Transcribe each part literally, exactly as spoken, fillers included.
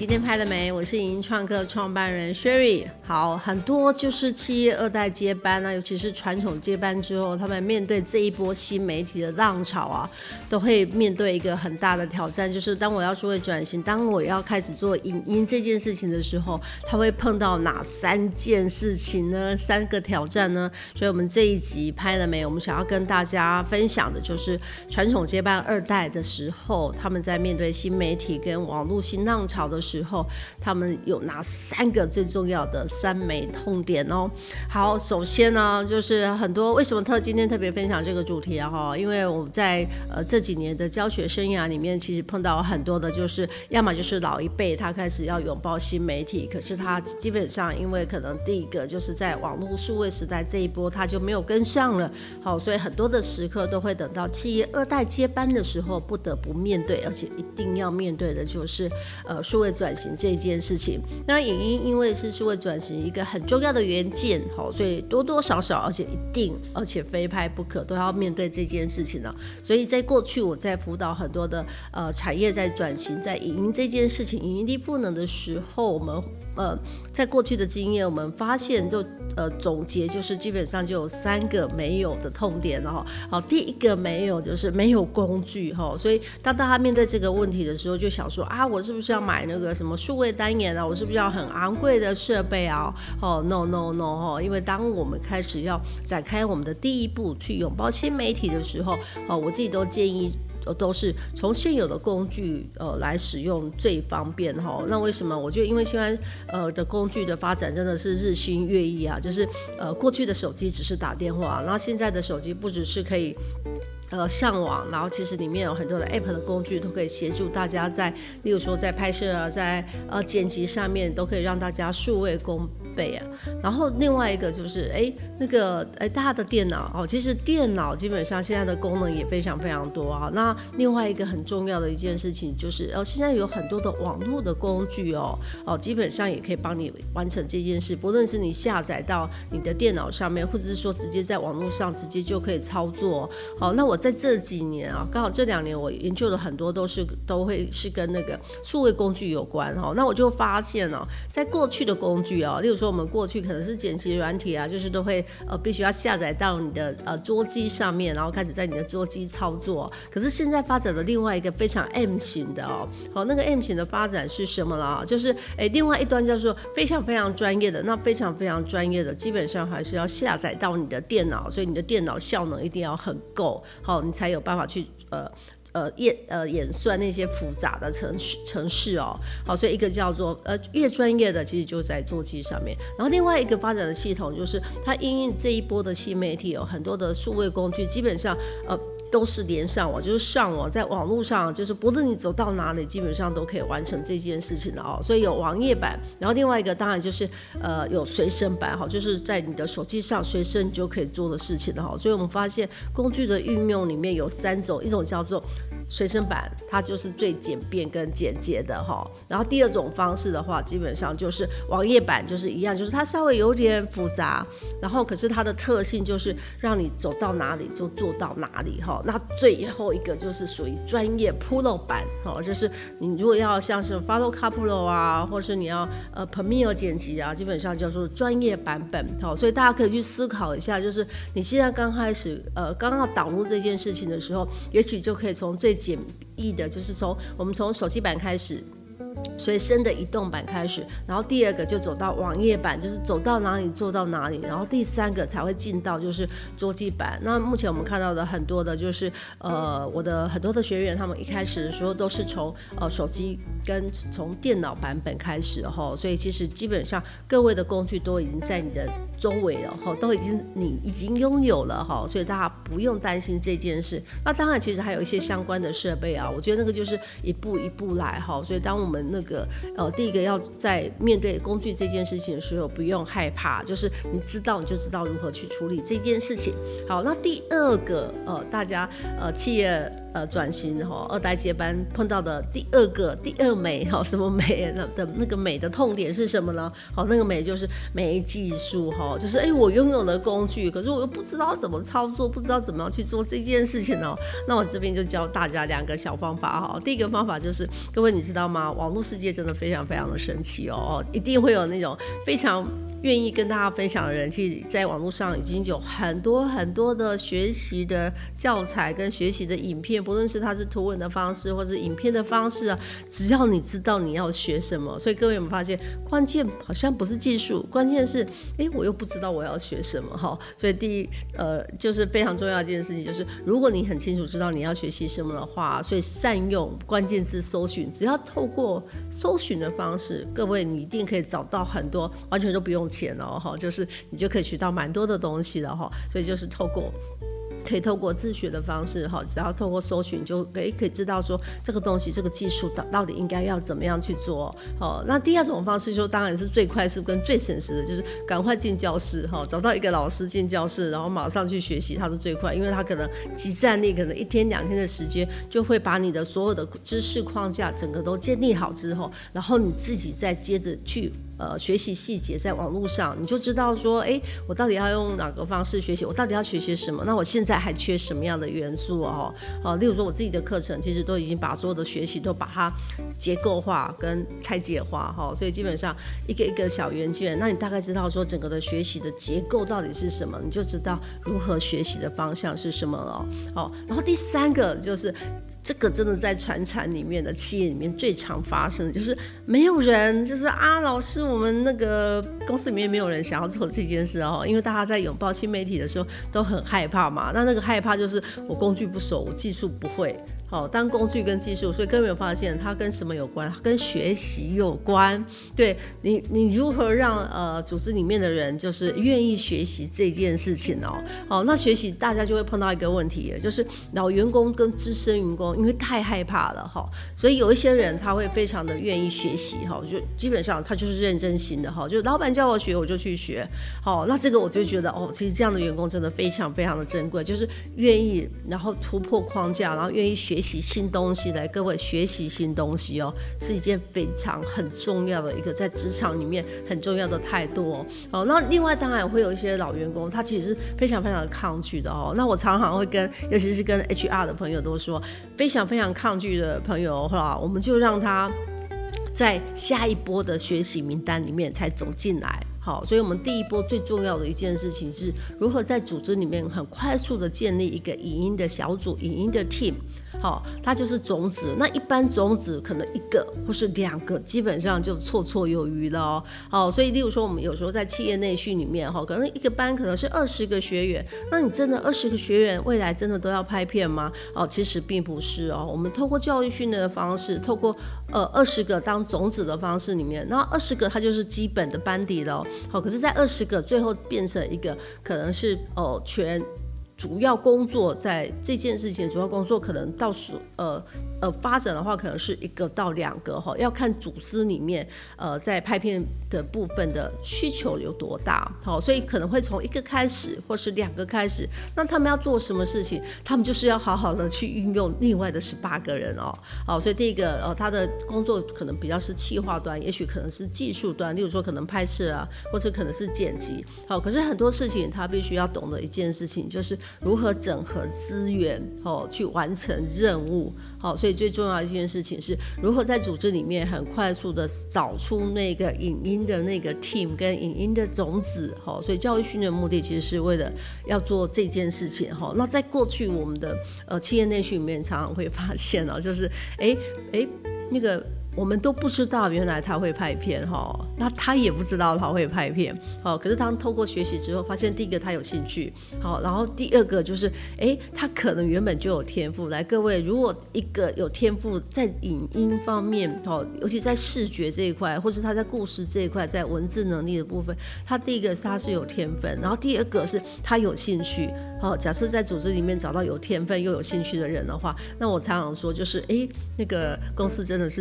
今天拍了没？我是影音创客创办人 Sherry。好，很多就是企业二代接班啊，尤其是传统接班之后，他们面对这一波新媒体的浪潮啊，都会面对一个很大的挑战，就是当我要数位转型，当我要开始做影音这件事情的时候，他会碰到哪三件事情呢？三个挑战呢？所以我们这一集拍了没？我们想要跟大家分享的就是传统接班二代的时候，他们在面对新媒体跟网络新浪潮的时候，他们有哪三个最重要的三枚痛点哦。好，首先呢，就是很多为什么特今天特别分享这个主题啊？因为我在呃这几年的教学生涯里面，其实碰到很多的，就是要么就是老一辈他开始要拥抱新媒体，可是他基本上因为可能第一个就是在网络数位时代这一波他就没有跟上了，好，所以很多的时刻都会等到企业二代接班的时候，不得不面对，而且一定要面对的就是呃数位转型这件事情。那影音因为是数位转型一个很重要的元件，好，所以多多少少，而且一定，而且非拍不可，都要面对这件事情了。所以在过去我在辅导很多的呃产业在转型，在影音这件事情，影音力赋能的时候，我们呃在过去的经验，我们发现就呃总结就是基本上就有三个没有的痛点哦。好，第一个没有就是没有工具哈，所以当大家面对这个问题的时候，就想说啊，我是不是要买那个什么数位单眼啊？我是不是要很昂贵的设备啊？哦 ，no no no 哦，因为当我们开始要展开我们的第一步去拥抱新媒体的时候，哦，我自己都建议。都是从现有的工具呃来使用最方便哈。那为什么？我觉得因为现在呃的工具的发展真的是日新月异啊，就是呃过去的手机只是打电话，然后现在的手机不只是可以。呃，上网，然后其实里面有很多的 App 的工具都可以协助大家在，例如说在拍摄啊，在呃剪辑上面都可以让大家数位公倍啊。然后另外一个就是，哎，那个哎大家的电脑哦，其实电脑基本上现在的功能也非常非常多啊。那另外一个很重要的一件事情就是，呃，现在有很多的网络的工具哦，哦，基本上也可以帮你完成这件事，不论是你下载到你的电脑上面，或者是说直接在网络上直接就可以操作。好，那我。在这几年啊，刚好这两年我研究了很多，都是都会是跟那个数位工具有关哈。那我就发现哦，在过去的工具哦，例如说我们过去可能是剪辑软体啊，就是都会呃必须要下载到你的呃桌机上面，然后开始在你的桌机操作。可是现在发展的另外一个非常 M 型的哦，好，那个 M 型的发展是什么啦？就是哎，另外一端叫做非常非常专业的，那非常非常专业的，基本上还是要下载到你的电脑，所以你的电脑效能一定要很够。好，你才有办法去呃呃演呃演算那些复杂的程序程式哦。好，所以一个叫做呃越专业的，其实就在桌机上面。然后另外一个发展的系统就是它因应这一波的新媒体有很多的数位工具，基本上呃。都是连上网，就是上网，在网络上，就是不论你走到哪里，基本上都可以完成这件事情的哦。所以有网页版，然后另外一个当然就是呃有随身版哈，就是在你的手机上随身就可以做的事情的哈。所以我们发现工具的运用里面有三种，一种叫做随身版，它就是最简便跟简洁的哈。然后第二种方式的话，基本上就是网页版，就是一样，就是它稍微有点复杂，然后可是它的特性就是让你走到哪里就做到哪里哈。那最后一个就是属于专业 Pro 版，哦，就是你如果要像是 Final Cut Pro 啊，或是你要呃 Premiere 剪辑啊，基本上叫做专业版本，好，所以大家可以去思考一下，就是你现在刚开始呃刚要导入这件事情的时候，也许就可以从最简易的，就是从我们从手机版开始。随身的移动版开始，然后第二个就走到网页版，就是走到哪里做到哪里，然后第三个才会进到就是桌机版。那目前我们看到的很多的就是呃我的很多的学员，他们一开始的时候都是从呃手机跟从电脑版本开始哈，所以其实基本上各位的工具都已经在你的周围了哈，都已经你已经拥有了哈，所以大家不用担心这件事。那当然其实还有一些相关的设备啊，我觉得那个就是一步一步来哈，所以当我们那个呃，第一个要在面对工具这件事情的时候，不用害怕，就是你知道你就知道如何去处理这件事情。好，那第二个呃，大家呃企业呃转型哈、哦，二代接班碰到的第二个第二美哈、哦，什么美的那个美的痛点是什么呢？好、哦，那个美就是没技术哈、哦，就是哎我拥有了工具，可是我又不知道怎么操作，不知道怎么样去做这件事情哦。那我这边就教大家两个小方法哈、哦。第一个方法就是各位你知道吗？网络世界真的非常非常的神奇哦，一定会有那种非常愿意跟大家分享的人，其实在网络上已经有很多很多的学习的教材跟学习的影片，不论是它是图文的方式或是影片的方式啊，只要你知道你要学什么。所以各位有没有发现，关键好像不是技术，关键是哎我又不知道我要学什么哈。所以第一呃就是非常重要的一件事情，就是如果你很清楚知道你要学习什么的话，所以善用关键字搜寻，只要透过搜寻的方式，各位你一定可以找到很多完全都不用钱哦，就是你就可以学到蛮多的东西了哈。所以就是透过可以透过自学的方式哈，只要透过搜寻就可以可以知道说这个东西这个技术到底应该要怎么样去做哦。那第二种方式就当然是最快速跟最省时的，就是赶快进教室哈，找到一个老师进教室，然后马上去学习，它是最快，因为它可能即战力，可能一天两天的时间就会把你的所有的知识框架整个都建立好之后，然后你自己再接着去呃，学习细节，在网络上你就知道说，哎，我到底要用哪个方式学习？我到底要学些什么？那我现在还缺什么样的元素哦？哦，例如说我自己的课程，其实都已经把所有的学习都把它结构化跟拆解化哈、哦，所以基本上一个一个小元件，那你大概知道说整个的学习的结构到底是什么，你就知道如何学习的方向是什么了哦。然后第三个就是这个真的在传产里面的企业里面最常发生的，就是没有人就是啊，老师。我们那个公司里面没有人想要做这件事哦，因为大家在拥抱新媒体的时候都很害怕嘛。那那个害怕就是我工具不熟，我技术不会。好，当工具跟技术，所以各位有没有发现它跟什么有关？它跟学习有关。对你，你如何让呃组织里面的人就是愿意学习这件事情哦？好，那学习大家就会碰到一个问题，就是老员工跟资深员工因为太害怕了哈，所以有一些人他会非常的愿意学习哈，就基本上他就是认真型的哈，就老板叫我学我就去学。好，那这个我就觉得哦，其实这样的员工真的非常非常的珍贵，就是愿意然后突破框架，然后愿意学习新东西。来，各位学习新东西哦，是一件非常很重要的一个在职场里面很重要的态度哦。哦，那另外当然会有一些老员工，他其实是非常非常的抗拒的哦。那我常常会跟，尤其是跟 H R 的朋友都说，非常非常抗拒的朋友哈，我们就让他在下一波的学习名单里面才走进来。好，所以我们第一波最重要的一件事情是如何在组织里面很快速的建立一个影音的小组，影音的 team。好，它就是种子。那一般种子可能一个或是两个，基本上就绰绰有余了哦。好，所以例如说我们有时候在企业内训里面，哈，可能一个班可能是二十个学员，那你真的二十个学员未来真的都要拍片吗？哦，其实并不是哦。我们透过教育训练的方式，透过呃二十个当种子的方式里面，然后二十个它就是基本的班底了哦。好，可是，在二十个最后变成一个可能是哦全。主要工作在这件事情，主要工作可能到时呃呃发展的话，可能是一个到两个哈，要看组织里面呃在拍片的部分的需求有多大，好，所以可能会从一个开始，或是两个开始。那他们要做什么事情？他们就是要好好的去运用另外的十八个人哦，好，所以第一个呃他的工作可能比较是企划端，也许可能是技术端，例如说可能拍摄啊，或者可能是剪辑，好，可是很多事情他必须要懂的一件事情就是如何整合资源，哦，去完成任务，好，所以最重要的一件事情是如何在组织里面很快速的找出那个影音的那个 team 跟影音的种子，好，所以教育训练的目的其实是为了要做这件事情，好，那在过去我们的呃企业内训里面常常会发现哦，就是哎哎那个。我们都不知道原来他会拍片哈，那他也不知道他会拍片，好，可是当透过学习之后，发现第一个他有兴趣，好，然后第二个就是，哎，他可能原本就有天赋。来，各位，如果一个有天赋在影音方面，哦，尤其在视觉这一块，或是他在故事这一块，在文字能力的部分，他第一个是他是有天分，然后第二个是他有兴趣。好，假设在组织里面找到有天分又有兴趣的人的话，那我常常说就是，哎，那个公司真的是赚到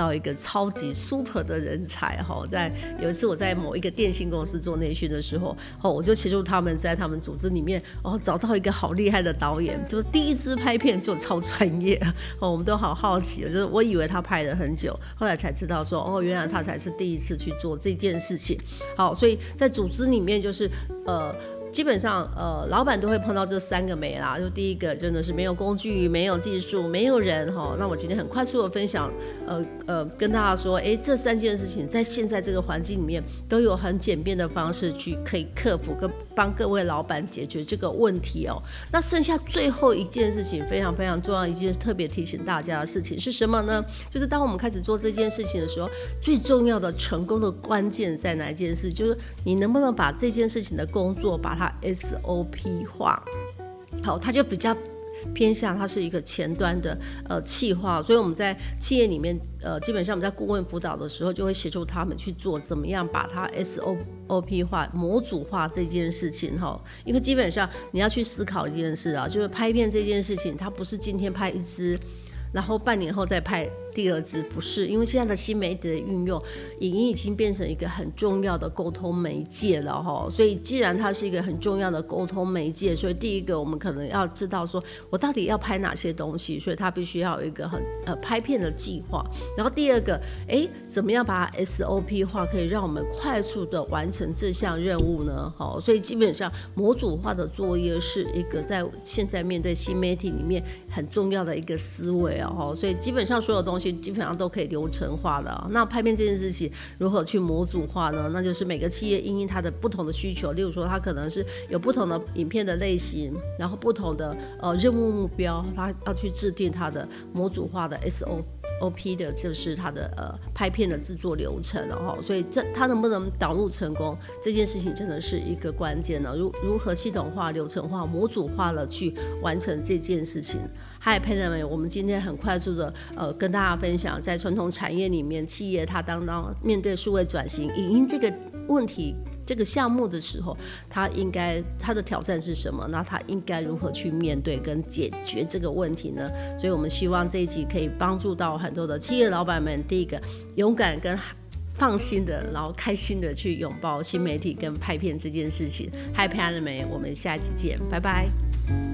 到一个超级 super 的人才哈。在有一次我在某一个电信公司做内训的时候，我就协助他们在他们组织里面哦找到一个好厉害的导演，就是第一支拍片就超专业哦，我们都好好奇，就是我以为他拍了很久，后来才知道说哦，原来他才是第一次去做这件事情。好，所以在组织里面就是呃。基本上，呃，老板都会碰到这三个没啦。就第一个，真的是没有工具、没有技术、没有人哈。那我今天很快速的分享，呃呃，跟大家说，哎，这三件事情在现在这个环境里面都有很简便的方式去可以克服，跟帮各位老板解决这个问题哦。那剩下最后一件事情，非常非常重要一件特别提醒大家的事情是什么呢？就是当我们开始做这件事情的时候，最重要的成功的关键在哪一件事？就是你能不能把这件事情的工作把它S O P 化，好，它就比较偏向它是一个前端的呃企划，所以我们在企业里面呃基本上我们在顾问辅导的时候就会协助他们去做怎么样把它 S O P 化模组化这件事情哈，因为基本上你要去思考一件事啊，就是拍片这件事情，它不是今天拍一支，然后半年后再拍第二支，不是，因为现在的新媒体的运用，影音已经变成一个很重要的沟通媒介了哈。所以既然它是一个很重要的沟通媒介，所以第一个我们可能要知道说，我到底要拍哪些东西，所以它必须要有一个很呃拍片的计划。然后第二个，哎，怎么样把它 S O P 化，可以让我们快速的完成这项任务呢？好，所以基本上模组化的作业是一个在现在面对新媒体里面很重要的一个思维哦。所以基本上所有东西基本上都可以流程化的。那拍片这件事情如何去模组化呢？那就是每个企业因应它的不同的需求，例如说它可能是有不同的影片的类型，然后不同的呃任务目标，它要去制定它的模组化的 S O P 的，就是它的呃拍片的制作流程哦。所以这它能不能导入成功这件事情真的是一个关键呢？如如何系统化、流程化、模组化了去完成这件事情。嗨，朋友们，我们今天很快速的呃跟大家分享，在传统产业里面，企业它当当面对数位转型、影音这个问题、这个项目的时候，它应该它的挑战是什么？那它应该如何去面对跟解决这个问题呢？所以我们希望这一集可以帮助到很多的企业老板们，第一个勇敢跟放心的，然后开心的去拥抱新媒体跟拍片这件事情。嗨，朋友们，我们下一集见，拜拜。